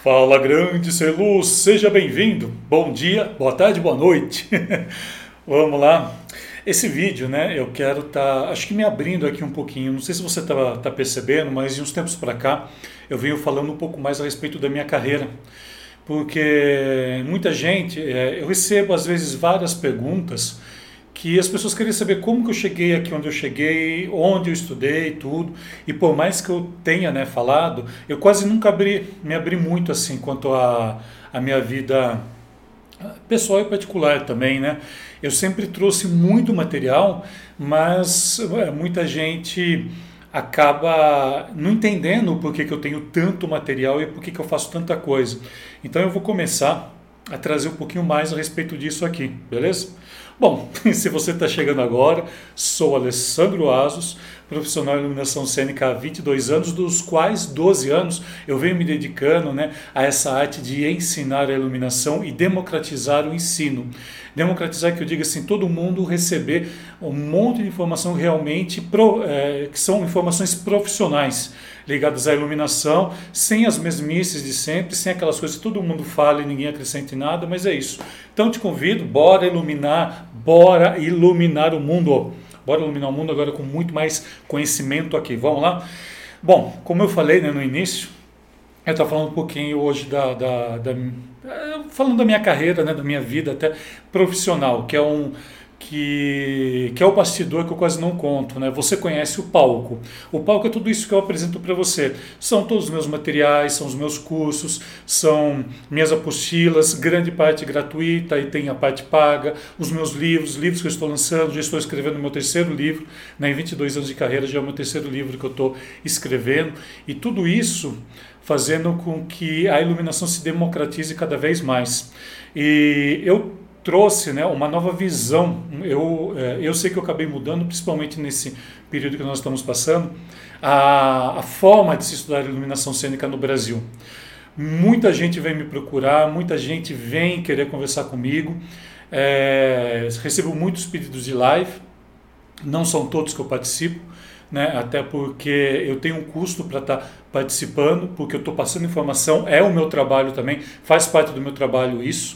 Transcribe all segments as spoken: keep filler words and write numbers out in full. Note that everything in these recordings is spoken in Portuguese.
Fala, grande ser luz, seja bem-vindo. Bom dia, boa tarde, boa noite. Vamos lá. Esse vídeo, né, eu quero estar, acho que me abrindo aqui um pouquinho. Não sei se você está tá percebendo, mas de uns tempos para cá eu venho falando um pouco mais a respeito da minha carreira. Porque muita gente, é, eu recebo às vezes várias perguntas que as pessoas querem saber como que eu cheguei aqui onde eu cheguei, onde eu estudei, tudo. E por mais que eu tenha, né, falado, eu quase nunca abri, me abri muito assim quanto a, a minha vida pessoal e particular também, né? Eu sempre trouxe muito material, mas é, muita gente acaba não entendendo por que que eu tenho tanto material e por que que eu faço tanta coisa. Então eu vou começar a trazer um pouquinho mais a respeito disso aqui, beleza? Bom, se você está chegando agora, sou Alessandro Asos, profissional em iluminação cênica há vinte e dois anos, dos quais doze anos eu venho me dedicando, né, a essa arte de ensinar a iluminação e democratizar o ensino. Democratizar, que eu digo assim, todo mundo receber um monte de informação realmente, pro, é, que são informações profissionais, ligadas à iluminação, sem as mesmices de sempre, sem aquelas coisas que todo mundo fala e ninguém acrescenta em nada, mas é isso. Então te convido, bora iluminar, bora iluminar o mundo. Bora iluminar o mundo agora com muito mais conhecimento aqui. Vamos lá? Bom, como eu falei, né, no início, eu estou falando um pouquinho hoje da, da, da falando da minha carreira, né, da minha vida até profissional, que é um que, que é o bastidor que eu quase não conto, né? Você conhece o palco. O palco é tudo isso que eu apresento para você. São todos os meus materiais, são os meus cursos, são minhas apostilas, grande parte gratuita e tem a parte paga, os meus livros, livros que eu estou lançando, já estou escrevendo o meu terceiro livro, né? Em vinte e dois anos de carreira já é o meu terceiro livro que eu estou escrevendo, e tudo isso fazendo com que a iluminação se democratize cada vez mais. E eu trouxe, né, uma nova visão. Eu, eu sei que eu acabei mudando, principalmente nesse período que nós estamos passando, a, a forma de se estudar iluminação cênica no Brasil. Muita gente vem me procurar, muita gente vem querer conversar comigo, é, recebo muitos pedidos de live, não são todos que eu participo, né, até porque eu tenho um custo para estar participando, porque eu estou passando informação, é o meu trabalho também, faz parte do meu trabalho isso.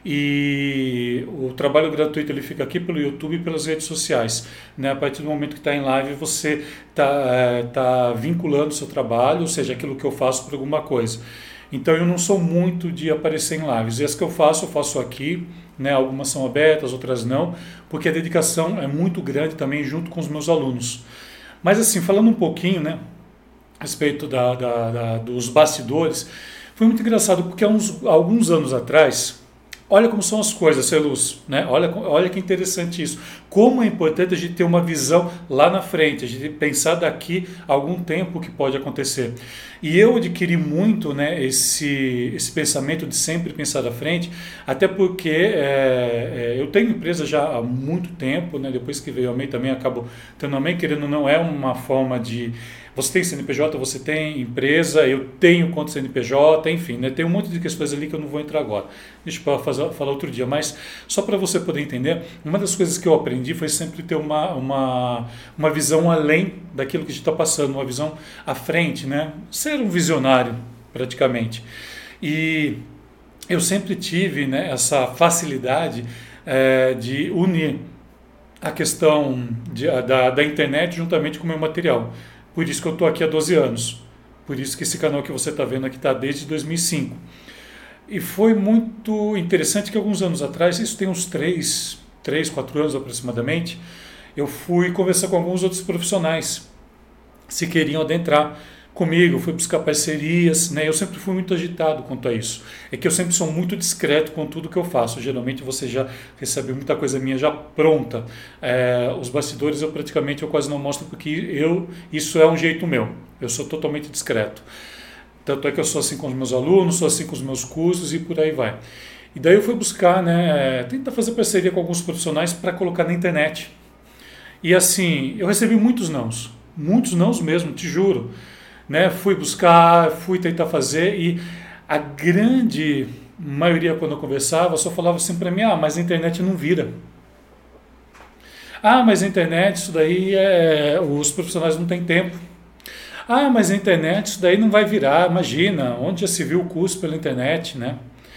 E o trabalho gratuito ele fica aqui pelo YouTube e pelas redes sociais, né? A partir do momento que está em live você está é, tá vinculando o seu trabalho, ou seja, aquilo que eu faço para alguma coisa. Então eu não sou muito de aparecer em lives, e as que eu faço, eu faço aqui, né? Algumas são abertas, outras não, porque a dedicação é muito grande também junto com os meus alunos. Mas assim, falando um pouquinho, né, a respeito da, da, da, dos bastidores, foi muito engraçado, porque há uns, alguns anos atrás, olha como são as coisas, ser luz, né? Olha, olha que interessante isso. Como é importante a gente ter uma visão lá na frente, a gente pensar daqui a algum tempo o que pode acontecer. E eu adquiri muito, né, esse, esse pensamento de sempre pensar à frente, até porque é, é, eu tenho empresa já há muito tempo, né? Depois que veio a M E I também acabo tendo a M E I, querendo ou não, é uma forma de... Você tem C N P J, você tem empresa, eu tenho conta C N P J, enfim, né? Tem um monte de questões ali que eu não vou entrar agora. Deixa eu fazer, falar outro dia, mas só para você poder entender, uma das coisas que eu aprendi foi sempre ter uma, uma, uma visão além daquilo que a gente está passando, uma visão à frente, né? Ser um visionário, praticamente. E eu sempre tive, né, essa facilidade é, de unir a questão de, da, da internet juntamente com o meu material. Por isso que eu estou aqui há doze anos. Por isso que esse canal que você está vendo aqui está desde dois mil e cinco. E foi muito interessante que alguns anos atrás, isso tem uns três, três, quatro anos aproximadamente, eu fui conversar com alguns outros profissionais se queriam adentrar comigo, fui buscar parcerias, né? Eu sempre fui muito agitado quanto a isso. É que eu sempre sou muito discreto com tudo que eu faço. Geralmente você já recebe muita coisa minha já pronta. É, os bastidores eu praticamente eu quase não mostro, porque eu, isso é um jeito meu. Eu sou totalmente discreto. Tanto é que eu sou assim com os meus alunos, sou assim com os meus cursos e por aí vai. E daí eu fui buscar, né, tentar fazer parceria com alguns profissionais para colocar na internet. E assim, eu recebi muitos nãos. Muitos nãos mesmo, te juro. Né, fui buscar, fui tentar fazer, e a grande maioria, quando eu conversava, só falava assim para mim: ah, mas a internet não vira. Ah, mas a internet, isso daí, é, os profissionais não têm tempo. Ah, mas a internet, isso daí não vai virar, imagina, onde já se viu o curso pela internet, né?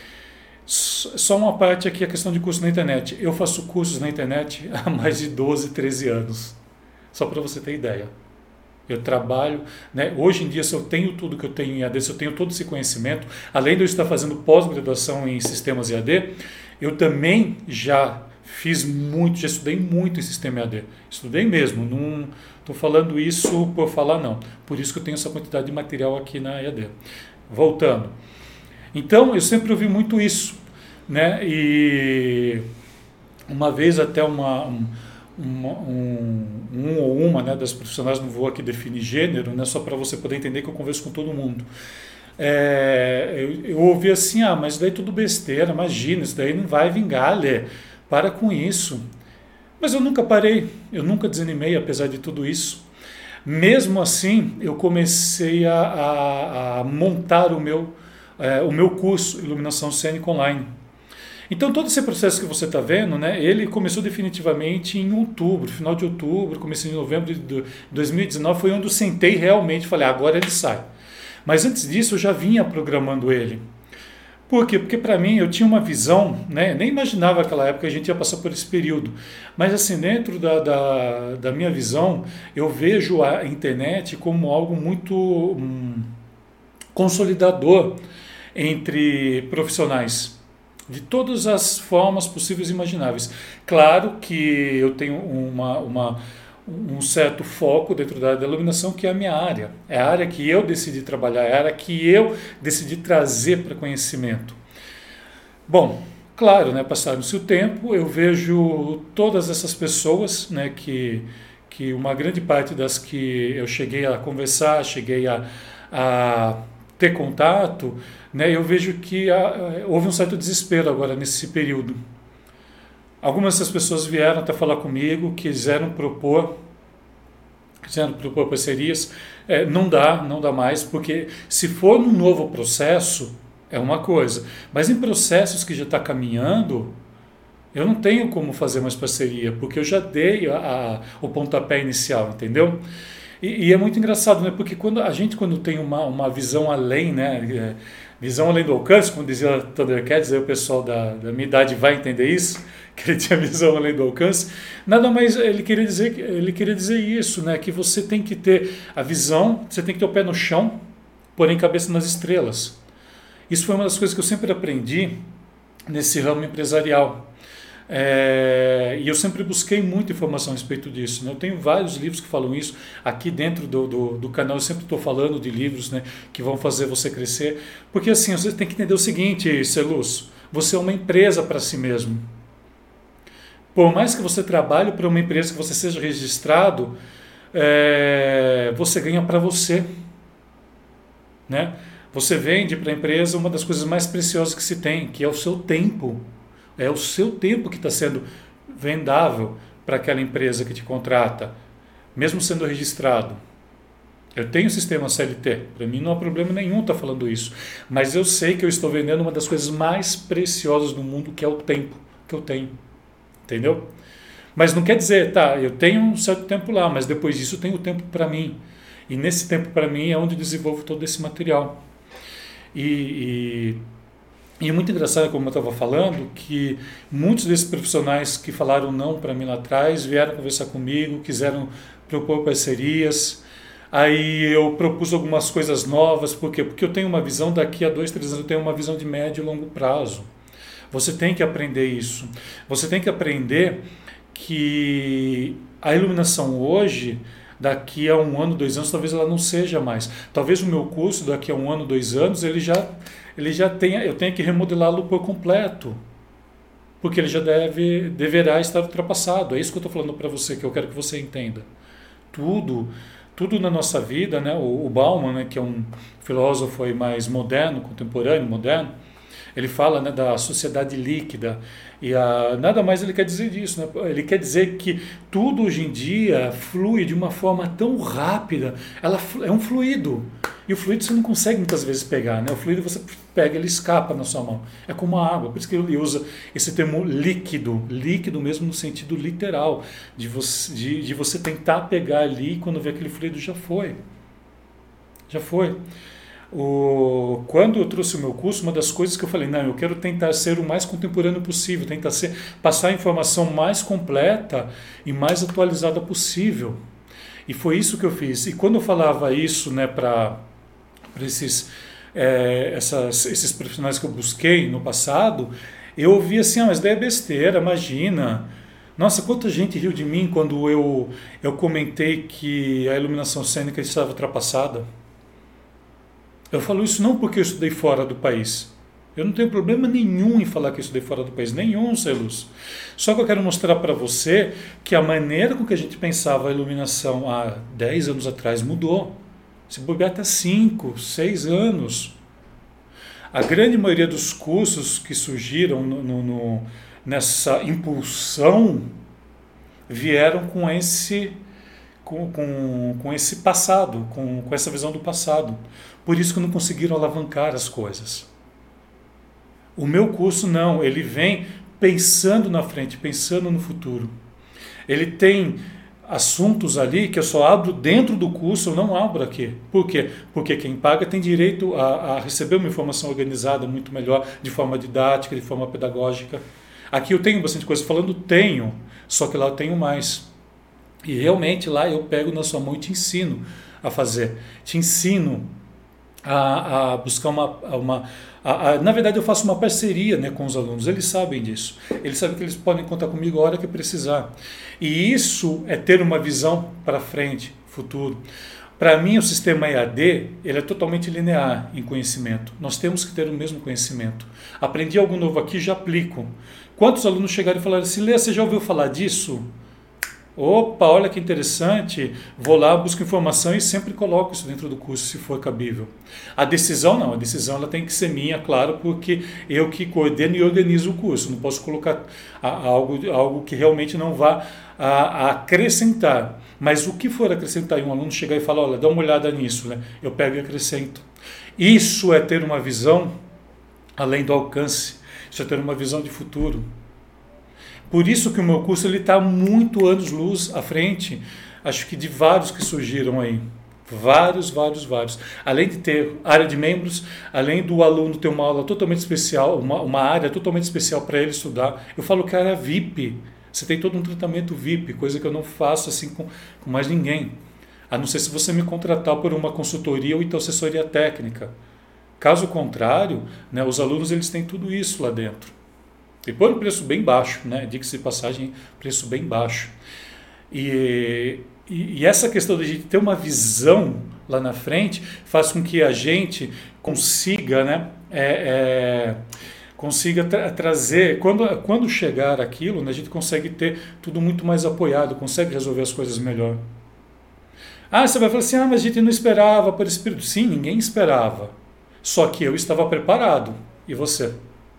Só uma parte aqui, a questão de curso na internet. Eu faço cursos na internet há mais de doze, treze anos, só para você ter ideia. Eu trabalho, né? Hoje em dia, se eu tenho tudo que eu tenho em A D, se eu tenho todo esse conhecimento, além de eu estar fazendo pós-graduação em sistemas E A D, eu também já fiz muito, já estudei muito em sistema E A D. Estudei mesmo, não estou falando isso por falar não. Por isso que eu tenho essa quantidade de material aqui na E A D. Voltando. Então, eu sempre ouvi muito isso, né? E uma vez até uma... Um, Uma, um, um ou uma, né, das profissionais, não vou aqui definir gênero, né, só para você poder entender que eu converso com todo mundo. É, eu, eu ouvi assim, ah, mas daí tudo besteira, imagina, isso daí não vai vingar, Lê, para com isso. Mas eu nunca parei, eu nunca desanimei, apesar de tudo isso. Mesmo assim, eu comecei a, a, a montar o meu, é, o meu curso Iluminação Cênica Online. Então todo esse processo que você está vendo, né, ele começou definitivamente em outubro, final de outubro, comecei em novembro de dois mil e dezenove, foi onde eu sentei realmente e falei, ah, agora ele sai. Mas antes disso eu já vinha programando ele. Por quê? Porque para mim eu tinha uma visão, né, nem imaginava naquela época que a gente ia passar por esse período, mas assim, dentro da, da, da minha visão, eu vejo a internet como algo muito hum, consolidador entre profissionais, de todas as formas possíveis e imagináveis. Claro que eu tenho uma, uma, um certo foco dentro da, da iluminação, que é a minha área. É a área que eu decidi trabalhar, é a área que eu decidi trazer para conhecimento. Bom, claro, né, passado-se o tempo, eu vejo todas essas pessoas, né, que, que uma grande parte das que eu cheguei a conversar, cheguei a, a ter contato, né, eu vejo que há, houve um certo desespero agora nesse período. Algumas dessas pessoas vieram até falar comigo, quiseram propor, quiseram propor parcerias. É, não dá, não dá mais, porque se for num novo processo, é uma coisa. Mas em processos que já está caminhando, eu não tenho como fazer mais parceria, porque eu já dei a, a, o pontapé inicial, entendeu? E, e é muito engraçado, né? Porque quando a gente quando tem uma, uma visão além, né? Visão além do alcance, como dizia Thundercats, aí o pessoal da, da minha idade vai entender isso, que ele tinha visão além do alcance. Nada mais ele queria dizer, ele queria dizer isso, né? Que você tem que ter a visão, você tem que ter o pé no chão, porém cabeça nas estrelas. Isso foi uma das coisas que eu sempre aprendi nesse ramo empresarial. É, e eu sempre busquei muita informação a respeito disso, né? Eu tenho vários livros que falam isso. Aqui dentro do, do, do canal eu sempre estou falando de livros, né, que vão fazer você crescer. Porque assim, você tem que entender o seguinte, Celus, você é uma empresa para si mesmo. Por mais que você trabalhe para uma empresa, que você seja registrado, é, você ganha para você, né? Você vende para a empresa uma das coisas mais preciosas que se tem, que é o seu tempo. É o seu tempo que está sendo vendável para aquela empresa que te contrata, mesmo sendo registrado. Eu tenho sistema C L T, para mim não há problema nenhum estar falando isso, mas eu sei que eu estou vendendo uma das coisas mais preciosas do mundo, que é o tempo que eu tenho, entendeu? Mas não quer dizer, tá, eu tenho um certo tempo lá, mas depois disso eu tenho tempo para mim, e nesse tempo para mim é onde eu desenvolvo todo esse material. E... e E é muito engraçado, como eu estava falando, que muitos desses profissionais que falaram não para mim lá atrás vieram conversar comigo, quiseram propor parcerias. Aí eu propus algumas coisas novas. Por quê? Porque eu tenho uma visão daqui a dois, três anos, eu tenho uma visão de médio e longo prazo. Você tem que aprender isso. Você tem que aprender que a iluminação hoje, daqui a um ano, dois anos, talvez ela não seja mais. Talvez o meu curso, daqui a um ano, dois anos, ele já... ele já tenha, eu tenho que remodelá-lo por completo, porque ele já deve, deverá estar ultrapassado. É isso que eu estou falando para você, que eu quero que você entenda. Tudo, tudo na nossa vida, né? O, o Bauman, né, que é um filósofo aí mais moderno, contemporâneo, moderno, ele fala, né, da sociedade líquida, e a, nada mais ele quer dizer disso, né? Ele quer dizer que tudo hoje em dia flui de uma forma tão rápida, ela é um fluido, e o fluido você não consegue muitas vezes pegar, né? O fluido você pega, ele escapa na sua mão, é como a água, por isso que ele usa esse termo líquido, líquido mesmo no sentido literal, de você, de, de você tentar pegar ali, e quando vê aquele fluido já foi. Já foi. O, quando eu trouxe o meu curso, uma das coisas que eu falei, não, eu quero tentar ser o mais contemporâneo possível, tentar ser, passar a informação mais completa e mais atualizada possível. E foi isso que eu fiz. E quando eu falava isso, né, para esses, é, essas, esses profissionais que eu busquei no passado, eu ouvia assim, ah, mas daí é besteira, imagina. Nossa, quanta gente riu de mim quando eu, eu comentei que a iluminação cênica estava ultrapassada. Eu falo isso não porque eu estudei fora do país. Eu não tenho problema nenhum em falar que eu estudei fora do país, nenhum, Celus. Só que eu quero mostrar para você que a maneira com que a gente pensava a iluminação há dez anos atrás mudou. Se bobear até cinco, seis anos. A grande maioria dos cursos que surgiram no, no, no, nessa impulsão vieram com esse, com, com, com esse passado, com, com essa visão do passado. Por isso que não conseguiram alavancar as coisas. O meu curso não, ele vem pensando na frente, pensando no futuro. Ele tem assuntos ali que eu só abro dentro do curso, eu não abro aqui. Por quê? Porque quem paga tem direito a, a receber uma informação organizada muito melhor, de forma didática, de forma pedagógica. Aqui eu tenho bastante coisa falando, tenho, só que lá eu tenho mais. E realmente lá eu pego na sua mão e te ensino a fazer. Te ensino a, a buscar uma... uma a, a, na verdade eu faço uma parceria, né, com os alunos, eles sabem disso. Eles sabem que eles podem contar comigo a hora que precisar. E isso é ter uma visão para frente, futuro. Para mim o sistema E A D ele é totalmente linear em conhecimento. Nós temos que ter o mesmo conhecimento. Aprendi algo novo aqui, já aplico. Quantos alunos chegaram e falaram assim, Lê, você já ouviu falar disso? Opa, olha que interessante, vou lá, busco informação e sempre coloco isso dentro do curso, se for cabível. A decisão não, a decisão ela tem que ser minha, claro, porque eu que coordeno e organizo o curso, não posso colocar algo, algo que realmente não vá a, a acrescentar. Mas o que for acrescentar e um aluno chegar e falar, olha, dá uma olhada nisso, né? Eu pego e acrescento. Isso é ter uma visão além do alcance, isso é ter uma visão de futuro. Por isso que o meu curso está muito anos-luz à frente, acho que de vários que surgiram aí. Vários, vários, vários. Além de ter área de membros, além do aluno ter uma aula totalmente especial, uma, uma área totalmente especial para ele estudar. Eu falo que era V I P. Você tem todo um tratamento V I P, coisa que eu não faço assim com, com mais ninguém. A não ser se você me contratar por uma consultoria ou então assessoria técnica. Caso contrário, né, os alunos eles têm tudo isso lá dentro. E por um preço bem baixo, né? Diga-se de passagem, preço bem baixo. E, e, e essa questão de a gente ter uma visão lá na frente faz com que a gente consiga, né? É, é, consiga tra trazer, quando, quando chegar aquilo, né, a gente consegue ter tudo muito mais apoiado, consegue resolver as coisas melhor. Ah, você vai falar assim, ah, mas a gente não esperava por esse período. Sim, ninguém esperava. Só que eu estava preparado. E você?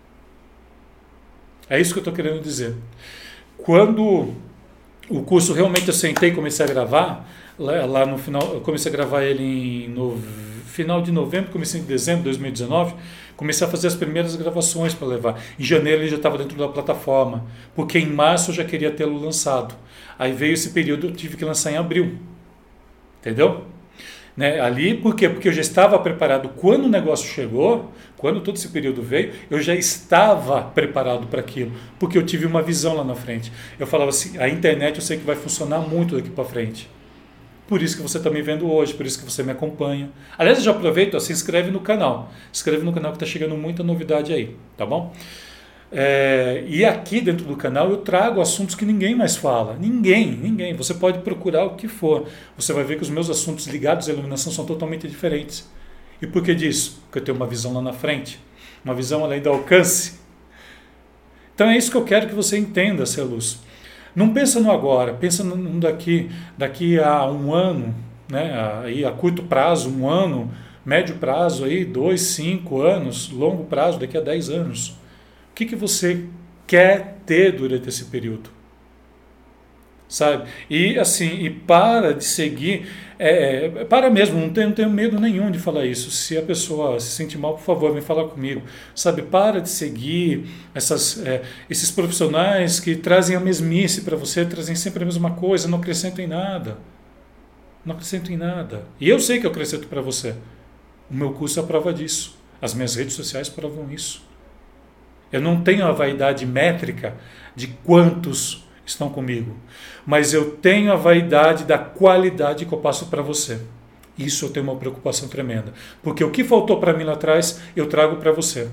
É isso que eu estou querendo dizer. Quando o curso realmente eu sentei e comecei a gravar, lá, lá no final, eu comecei a gravar ele em no, final de novembro, comecei em dezembro de dois mil e dezenove, comecei a fazer as primeiras gravações para levar. Em janeiro ele já estava dentro da plataforma, porque em março eu já queria tê-lo lançado. Aí veio esse período, eu tive que lançar em abril. Entendeu? Né? Ali, por quê? Porque eu já estava preparado. Quando o negócio chegou, quando todo esse período veio, eu já estava preparado para aquilo, porque eu tive uma visão lá na frente. Eu falava assim, a internet eu sei que vai funcionar muito daqui para frente. Por isso que você está me vendo hoje, por isso que você me acompanha. Aliás, eu já aproveito, ó, se inscreve no canal. Se inscreve no canal que está chegando muita novidade aí, tá bom? É, e aqui dentro do canal eu trago assuntos que ninguém mais fala. Ninguém, ninguém. Você pode procurar o que for. Você vai ver que os meus assuntos ligados à iluminação são totalmente diferentes. E por que disso? Porque eu tenho uma visão lá na frente. Uma visão além do alcance. Então é isso que eu quero que você entenda, Celus. Não pensa no agora, pensa no daqui, daqui a um ano, né? Aí a curto prazo, um ano, médio prazo, aí, dois, cinco anos, longo prazo, daqui a dez anos. O que, que você quer ter durante esse período? Sabe? E assim, e para de seguir, é, é, para mesmo, não tenho, não tenho medo nenhum de falar isso. Se a pessoa se sente mal, por favor, vem falar comigo. Sabe? Para de seguir essas, é, esses profissionais que trazem a mesmice para você, trazem sempre a mesma coisa, não acrescentam em nada. Não acrescento em nada. E eu sei que eu acrescento para você. O meu curso é a prova disso. As minhas redes sociais provam isso. Eu não tenho a vaidade métrica de quantos estão comigo, mas eu tenho a vaidade da qualidade que eu passo para você. Isso eu tenho uma preocupação tremenda. Porque o que faltou para mim lá atrás, eu trago para você.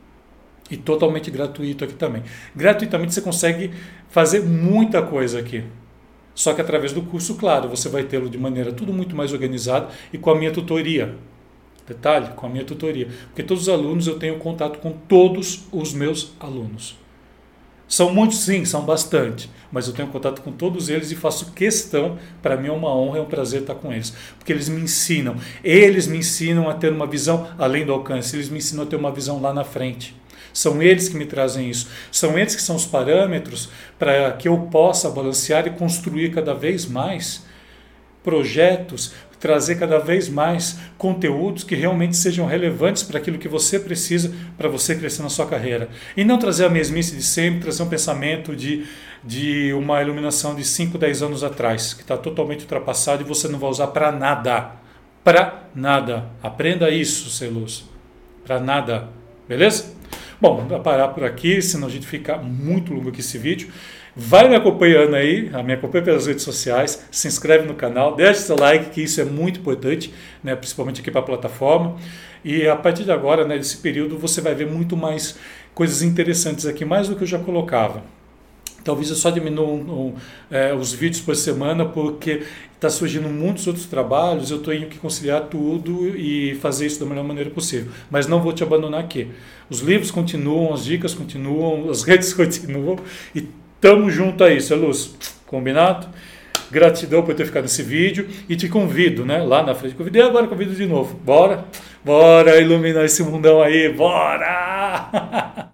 E totalmente gratuito aqui também. Gratuitamente você consegue fazer muita coisa aqui. Só que através do curso, claro, você vai tê-lo de maneira tudo muito mais organizada e com a minha tutoria. Detalhe, com a minha tutoria. Porque todos os alunos, eu tenho contato com todos os meus alunos. São muitos, sim, são bastante. Mas eu tenho contato com todos eles e faço questão, para mim é uma honra, é um prazer estar com eles. Porque eles me ensinam. Eles me ensinam a ter uma visão além do alcance. Eles me ensinam a ter uma visão lá na frente. São eles que me trazem isso. São eles que são os parâmetros para que eu possa balancear e construir cada vez mais projetos, trazer cada vez mais conteúdos que realmente sejam relevantes para aquilo que você precisa para você crescer na sua carreira. E não trazer a mesmice de sempre, trazer um pensamento de, de uma iluminação de cinco, dez anos atrás, que está totalmente ultrapassado e você não vai usar para nada. Para nada. Aprenda isso, ser luz. Para nada. Beleza? Bom, vou parar por aqui, senão a gente fica muito longo aqui esse vídeo. Vai me acompanhando aí, me acompanha pelas redes sociais, se inscreve no canal, deixa seu like, que isso é muito importante, né, principalmente aqui para a plataforma. E a partir de agora, né, desse período, você vai ver muito mais coisas interessantes aqui, mais do que eu já colocava. Talvez eu só diminua um, um, é, os vídeos por semana, porque está surgindo muitos outros trabalhos, eu tenho que conciliar tudo e fazer isso da melhor maneira possível. Mas não vou te abandonar aqui. Os livros continuam, as dicas continuam, as redes continuam e tamo junto aí, seu Luz. Combinado? Gratidão por ter ficado nesse vídeo e te convido, né? Lá na frente, convidei, agora convido de novo. Bora? Bora iluminar esse mundão aí, bora!